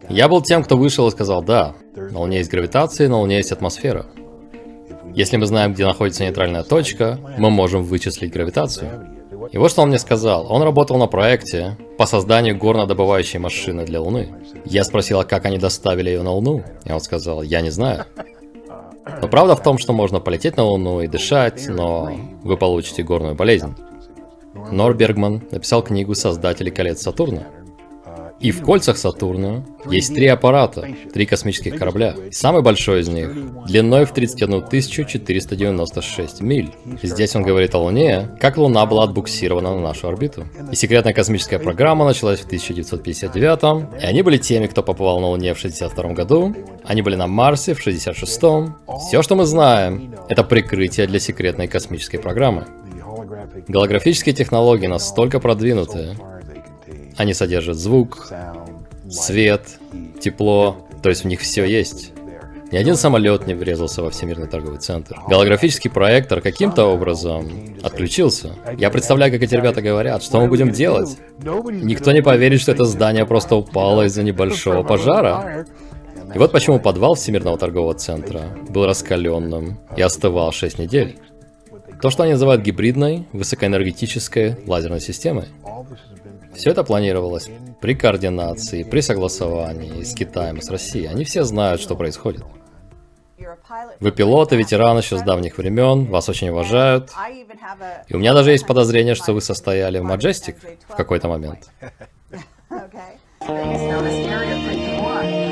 Я был тем, кто вышел и сказал, да, на Луне есть гравитация, на Луне есть атмосфера. Если мы знаем, где находится нейтральная точка, мы можем вычислить гравитацию. И вот что он мне сказал. Он работал на проекте по созданию горнодобывающей машины для Луны. Я спросил, а как они доставили ее на Луну? И он сказал, я не знаю. Но правда в том, что можно полететь на Луну и дышать, но вы получите горную болезнь. Нор Бергман написал книгу «Создатели колец Сатурна». И в кольцах Сатурна есть 3 аппарата, 3 космических корабля. И самый большой из них длиной в 31 496 миль. И здесь он говорит о Луне, как Луна была отбуксирована на нашу орбиту. И секретная космическая программа началась в 1959-м, и они были теми, кто побывал на Луне в 1962 году, они были на Марсе в 1966-м. Все, что мы знаем, это прикрытие для секретной космической программы. Голографические технологии настолько продвинуты, они содержат звук, свет, тепло, то есть в них все есть. Ни один самолет не врезался во Всемирный торговый центр. Голографический проектор каким-то образом отключился. Я представляю, как эти ребята говорят, что мы будем делать. Никто не поверит, что это здание просто упало из-за небольшого пожара. И вот почему подвал Всемирного торгового центра был раскаленным и остывал 6 недель. То, что они называют гибридной, высокоэнергетической лазерной системой. Все это планировалось при координации, при согласовании с Китаем и с Россией. Они все знают, что происходит. Вы пилоты, ветераны еще с давних времен, вас очень уважают. И у меня даже есть подозрение, что вы состояли в Majestic в какой-то момент.